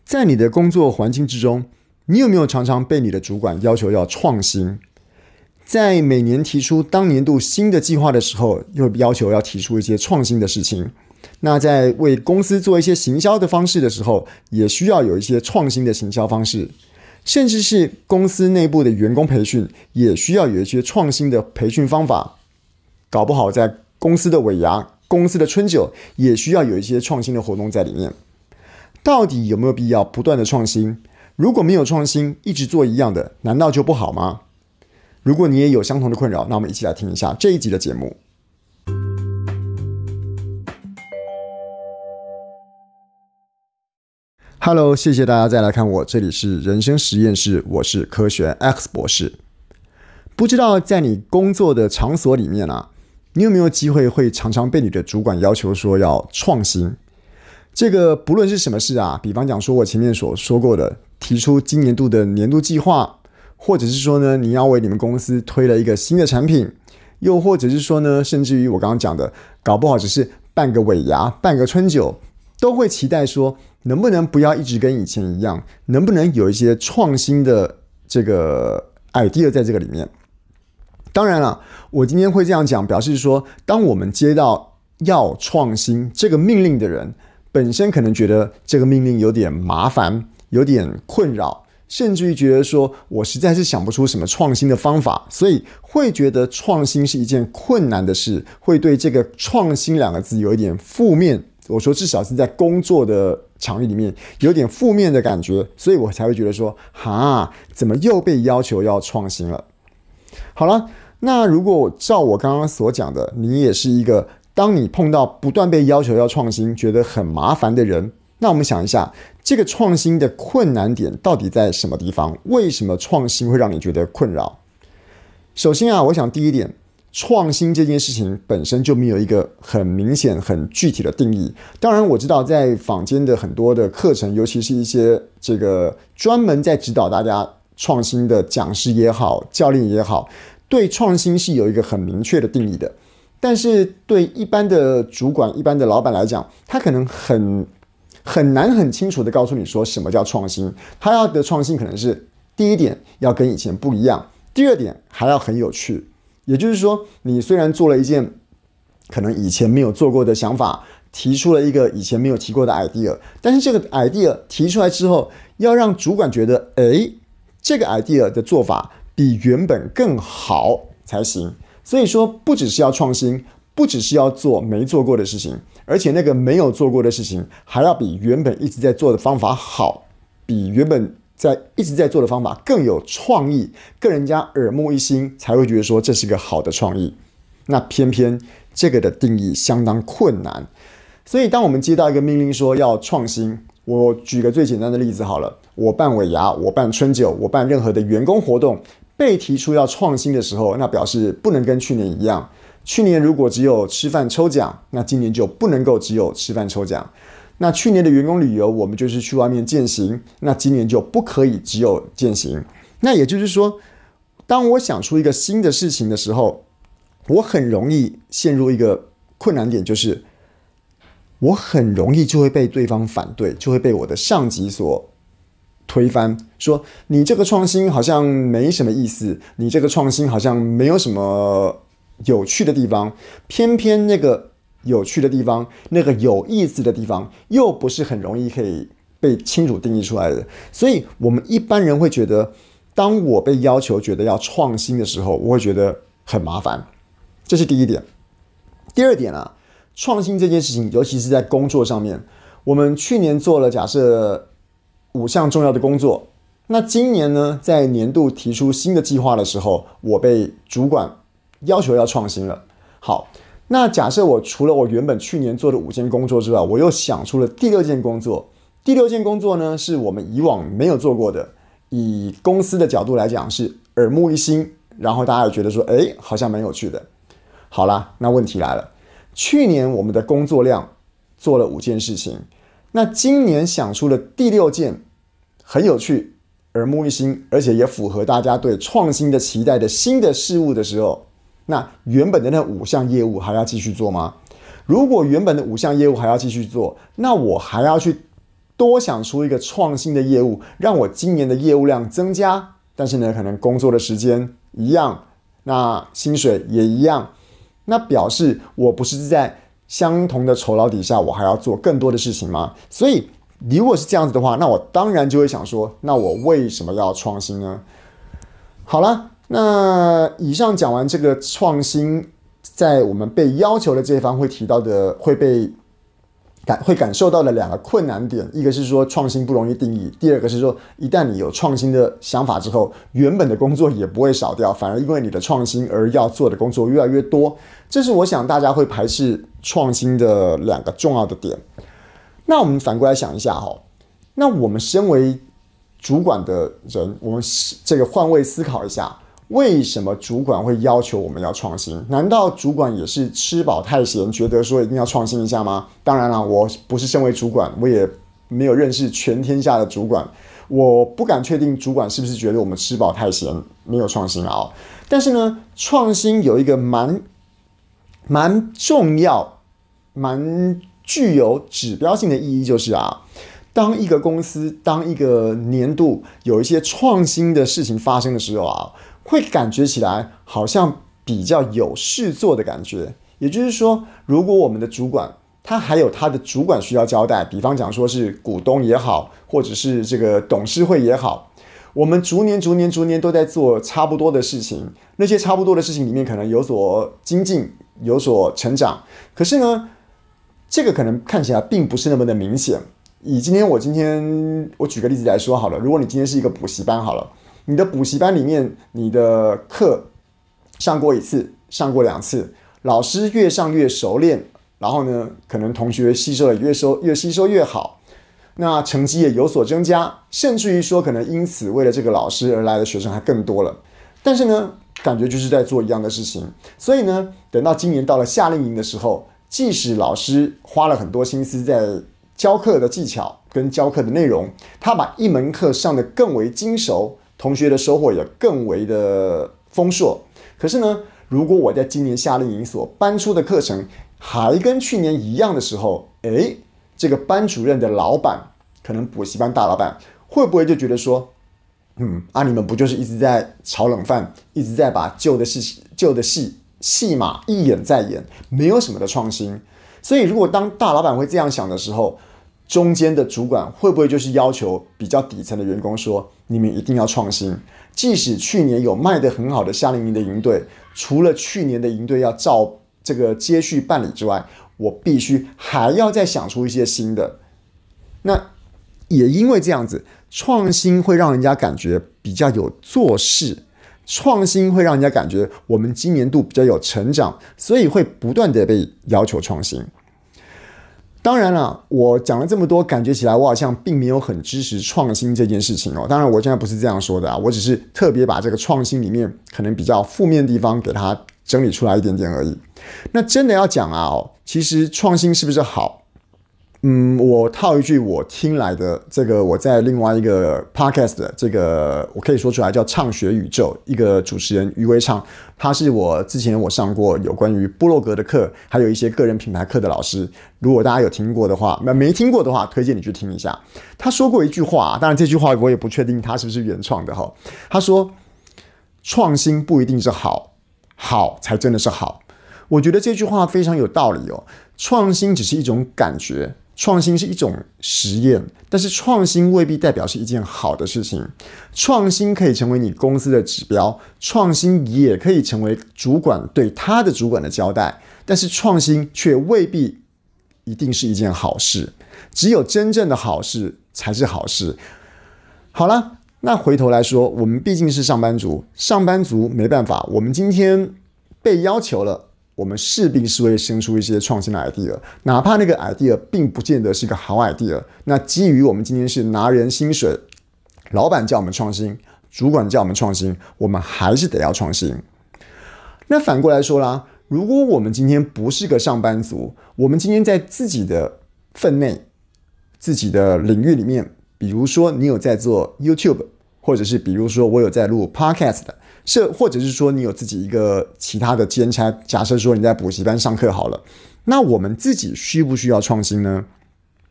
在你的工作环境之中，你有没有常常被你的主管要求要创新？在每年提出当年度新的计划的时候，又要求要提出一些创新的事情。那在为公司做一些行销的方式的时候，也需要有一些创新的行销方式。甚至是公司内部的员工培训，也需要有一些创新的培训方法。搞不好在公司的尾牙、公司的春酒，也需要有一些创新的活动在里面。到底有没有必要不断的创新？如果没有创新，一直做一样的，难道就不好吗？如果你也有相同的困扰，那我们一起来听一下这一集的节目。Hello， 谢谢大家再来看我，这里是人生实验室，我是科学 X 博士。不知道在你工作的场所里面啊，你有没有机会会常常被你的主管要求说要创新？这个不论是什么事啊，比方讲说我前面所说过的，提出今年度的年度计划，或者是说呢，你要为你们公司推了一个新的产品，又或者是说呢，甚至于我刚刚讲的，搞不好只是办个尾牙、办个春酒，都会期待说，能不能不要一直跟以前一样，能不能有一些创新的这个 idea 在这个里面。当然了，我今天会这样讲，表示说，当我们接到要创新这个命令的人，本身可能觉得这个命令有点麻烦，有点困扰，甚至于觉得说我实在是想不出什么创新的方法，所以会觉得创新是一件困难的事，会对这个创新两个字有一点负面，我说至少是在工作的场域里面有点负面的感觉，所以我才会觉得说，怎么又被要求要创新了？好了，那如果照我刚刚所讲的，你也是一个当你碰到不断被要求要创新觉得很麻烦的人，那我们想一下，这个创新的困难点到底在什么地方？为什么创新会让你觉得困扰？首先啊，我想第一点，创新这件事情本身就没有一个很明显、很具体的定义。当然，我知道在坊间的很多的课程，尤其是一些这个专门在指导大家创新的讲师也好、教练也好，对创新是有一个很明确的定义的。但是对一般的主管、一般的老板来讲，他可能很难很清楚的告诉你说什么叫创新。他要的创新可能是第一点要跟以前不一样，第二点还要很有趣。也就是说，你虽然做了一件可能以前没有做过的想法，提出了一个以前没有提过的 idea， 但是这个 idea 提出来之后，要让主管觉得，这个 idea 的做法比原本更好才行。所以说，不只是要创新，不只是要做没做过的事情，而且那个没有做过的事情，还要比原本一直在做的方法好，比原本一直在做的方法更有创意，更人家耳目一新，才会觉得说这是个好的创意。那偏偏这个的定义相当困难，所以当我们接到一个命令说要创新，我举个最简单的例子好了，我办尾牙，我办春酒，我办任何的员工活动，被提出要创新的时候，那表示不能跟去年一样。去年如果只有吃饭抽奖，那今年就不能够只有吃饭抽奖。那去年的员工旅游，我们就是去外面健行，那今年就不可以只有健行。那也就是说，当我想出一个新的事情的时候，我很容易陷入一个困难点，就是我很容易就会被对方反对，就会被我的上级所推翻，说你这个创新好像没什么意思，你这个创新好像没有什么有趣的地方，偏偏那个有趣的地方，那个有意思的地方，又不是很容易可以被清楚定义出来的。所以我们一般人会觉得，当我被要求觉得要创新的时候，我会觉得很麻烦。这是第一点。第二点啊，创新这件事情，尤其是在工作上面，我们去年做了假设5项重要的工作，那今年呢，在年度提出新的计划的时候，我被主管要求要创新了。好，那假设我除了我原本去年做的5件工作之外，我又想出了第6件工作。第6件工作呢，是我们以往没有做过的，以公司的角度来讲是耳目一新，然后大家也觉得说，好像蛮有趣的。好啦，那问题来了，去年我们的工作量做了5件事情，那今年想出了第6件很有趣、耳目一新，而且也符合大家对创新的期待的新的事物的时候，那原本的那5项业务还要继续做吗？如果原本的5项业务还要继续做，那我还要去多想出一个创新的业务，让我今年的业务量增加，但是呢，可能工作的时间一样，那薪水也一样，那表示我不是在相同的酬劳底下，我还要做更多的事情吗？所以如果是这样子的话，那我当然就会想说，那我为什么要创新呢？好了，那以上讲完这个创新，在我们被要求的这一方会提到的，会感受到的两个困难点，一个是说创新不容易定义，第二个是说一旦你有创新的想法之后，原本的工作也不会少掉，反而因为你的创新而要做的工作越来越多，这是我想大家会排斥创新的两个重要的点。那我们反过来想一下那我们身为主管的人，我们这个换位思考一下，为什么主管会要求我们要创新？难道主管也是吃饱太闲，觉得说一定要创新一下吗？当然了，我不是身为主管，我也没有认识全天下的主管，我不敢确定主管是不是觉得我们吃饱太闲，没有创新了但是呢，创新有一个蛮重要、蛮具有指标性的意义，就是当一个公司、当一个年度有一些创新的事情发生的时候会感觉起来好像比较有事做的感觉。也就是说，如果我们的主管他还有他的主管需要交代，比方讲说是股东也好，或者是这个董事会也好，我们逐年都在做差不多的事情，那些差不多的事情里面可能有所精进，有所成长，可是呢，这个可能看起来并不是那么的明显。以今天我举个例子来说好了，如果你今天是一个补习班好了，你的补习班里面，你的课上过1次，上过2次，老师越上越熟练，然后呢，可能同学吸收也越吸收越好，那成绩也有所增加，甚至于说可能因此为了这个老师而来的学生还更多了。但是呢，感觉就是在做一样的事情，所以呢，等到今年到了夏令营的时候，即使老师花了很多心思在教课的技巧跟教课的内容，他把一门课上得更为精熟，同学的收获也更为的丰硕。可是呢，如果我在今年夏令营所搬出的课程还跟去年一样的时候，这个班主任的老板，可能补习班大老板，会不会就觉得说，你们不就是一直在炒冷饭，一直在把旧的戏码一演再演，没有什么的创新。所以如果当大老板会这样想的时候，中间的主管会不会就是要求比较底层的员工说，你们一定要创新，即使去年有卖得很好的夏令营的营队，除了去年的营队要照这个接续办理之外，我必须还要再想出一些新的。那也因为这样子，创新会让人家感觉比较有做事，创新会让人家感觉我们今年度比较有成长，所以会不断的被要求创新。当然了，我讲了这么多，感觉起来我好像并没有很支持创新这件事情当然，我现在不是这样说的我只是特别把这个创新里面可能比较负面的地方给它整理出来一点点而已。那真的要讲其实创新是不是好？我套一句我听来的这个，我在另外一个 podcast 的这个，我可以说出来叫畅学宇宙，一个主持人余威畅，他是之前我上过有关于部落格的课，还有一些个人品牌课的老师。如果大家有听过的话，没听过的话，推荐你去听一下。他说过一句话，当然这句话我也不确定他是不是原创的他说，创新不一定是好，好才真的是好。我觉得这句话非常有道理创新只是一种感觉，创新是一种实验，但是创新未必代表是一件好的事情。创新可以成为你公司的指标，创新也可以成为主管对他的主管的交代，但是创新却未必一定是一件好事。只有真正的好事才是好事。好了，那回头来说，我们毕竟是上班族，上班族没办法，我们今天被要求了，我们势必是会生出一些创新的 idea， 哪怕那个 idea 并不见得是一个好 idea。那基于我们今天是拿人薪水，老板叫我们创新，主管叫我们创新，我们还是得要创新。那反过来说啦，如果我们今天不是个上班族，我们今天在自己的分内、自己的领域里面，比如说你有在做 YouTube， 或者是比如说我有在录 Podcast 的，或者是说你有自己一个其他的兼差，假设说你在补习班上课好了，那我们自己需不需要创新呢？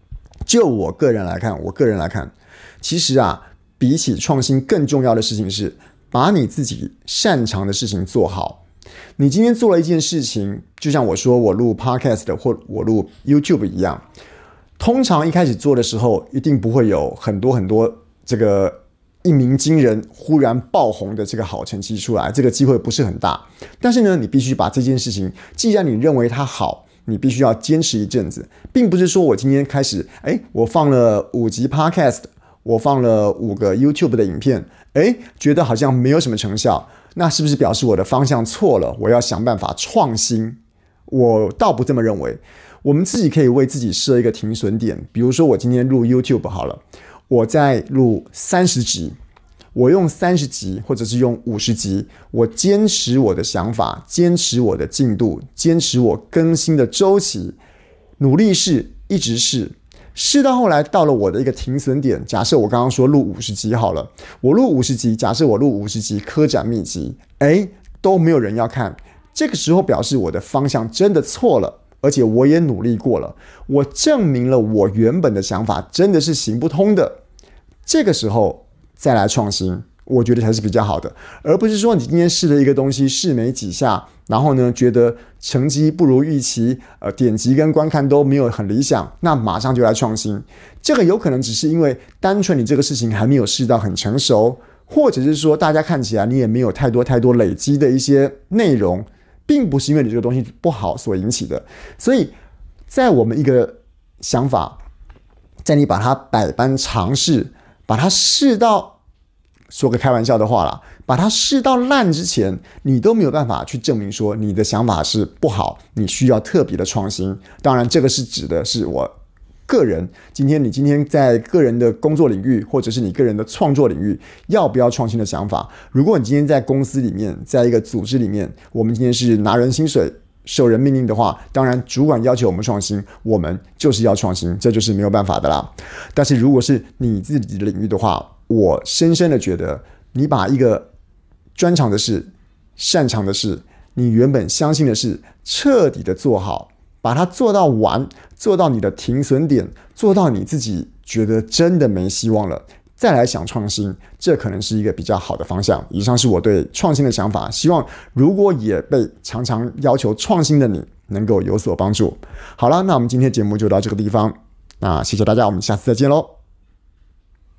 就我个人来看，其实比起创新更重要的事情是把你自己擅长的事情做好。你今天做了一件事情，就像我说我录 podcast 或我录 YouTube 一样，通常一开始做的时候一定不会有很多这个一鸣惊人忽然爆红的这个好成绩出来，这个机会不是很大。但是呢，你必须把这件事情，既然你认为它好，你必须要坚持一阵子，并不是说我今天开始我放了5集 podcast， 我放了5个 YouTube 的影片，觉得好像没有什么成效，那是不是表示我的方向错了？我要想办法创新？我倒不这么认为。我们自己可以为自己设一个停损点，比如说我今天录 YouTube 好了，我在录30集，我用30集或者是用50集，我坚持我的想法，坚持我的进度，坚持我更新的周期，努力试，一直试到后来到了我的一个停损点。假设我刚刚说录50集好了，我录50集，假设我录50集科展秘籍，都没有人要看，这个时候表示我的方向真的错了，而且我也努力过了，我证明了我原本的想法真的是行不通的。这个时候再来创新，我觉得才是比较好的，而不是说你今天试了一个东西，试没几下，然后呢觉得成绩不如预期，点击跟观看都没有很理想，那马上就来创新。这个有可能只是因为单纯你这个事情还没有试到很成熟，或者是说大家看起来你也没有太多累积的一些内容，并不是因为你这个东西不好所引起的。所以在我们一个想法，在你把它百般尝试，把它试到，说个开玩笑的话啦，把它试到烂之前，你都没有办法去证明说你的想法是不好，你需要特别的创新。当然这个是指的是我个人，你今天在个人的工作领域，或者是你个人的创作领域，要不要创新的想法。如果你今天在公司里面，在一个组织里面，我们今天是拿人薪水，受人命令的话，当然主管要求我们创新，我们就是要创新，这就是没有办法的啦。但是如果是你自己的领域的话，我深深的觉得，你把一个专长的事、擅长的事、你原本相信的事彻底的做好，把它做到完，做到你的停损点，做到你自己觉得真的没希望了，再来想创新，这可能是一个比较好的方向。以上是我对创新的想法，希望如果也被常常要求创新的你能够有所帮助。好了，那我们今天节目就到这个地方，那谢谢大家，我们下次再见喽。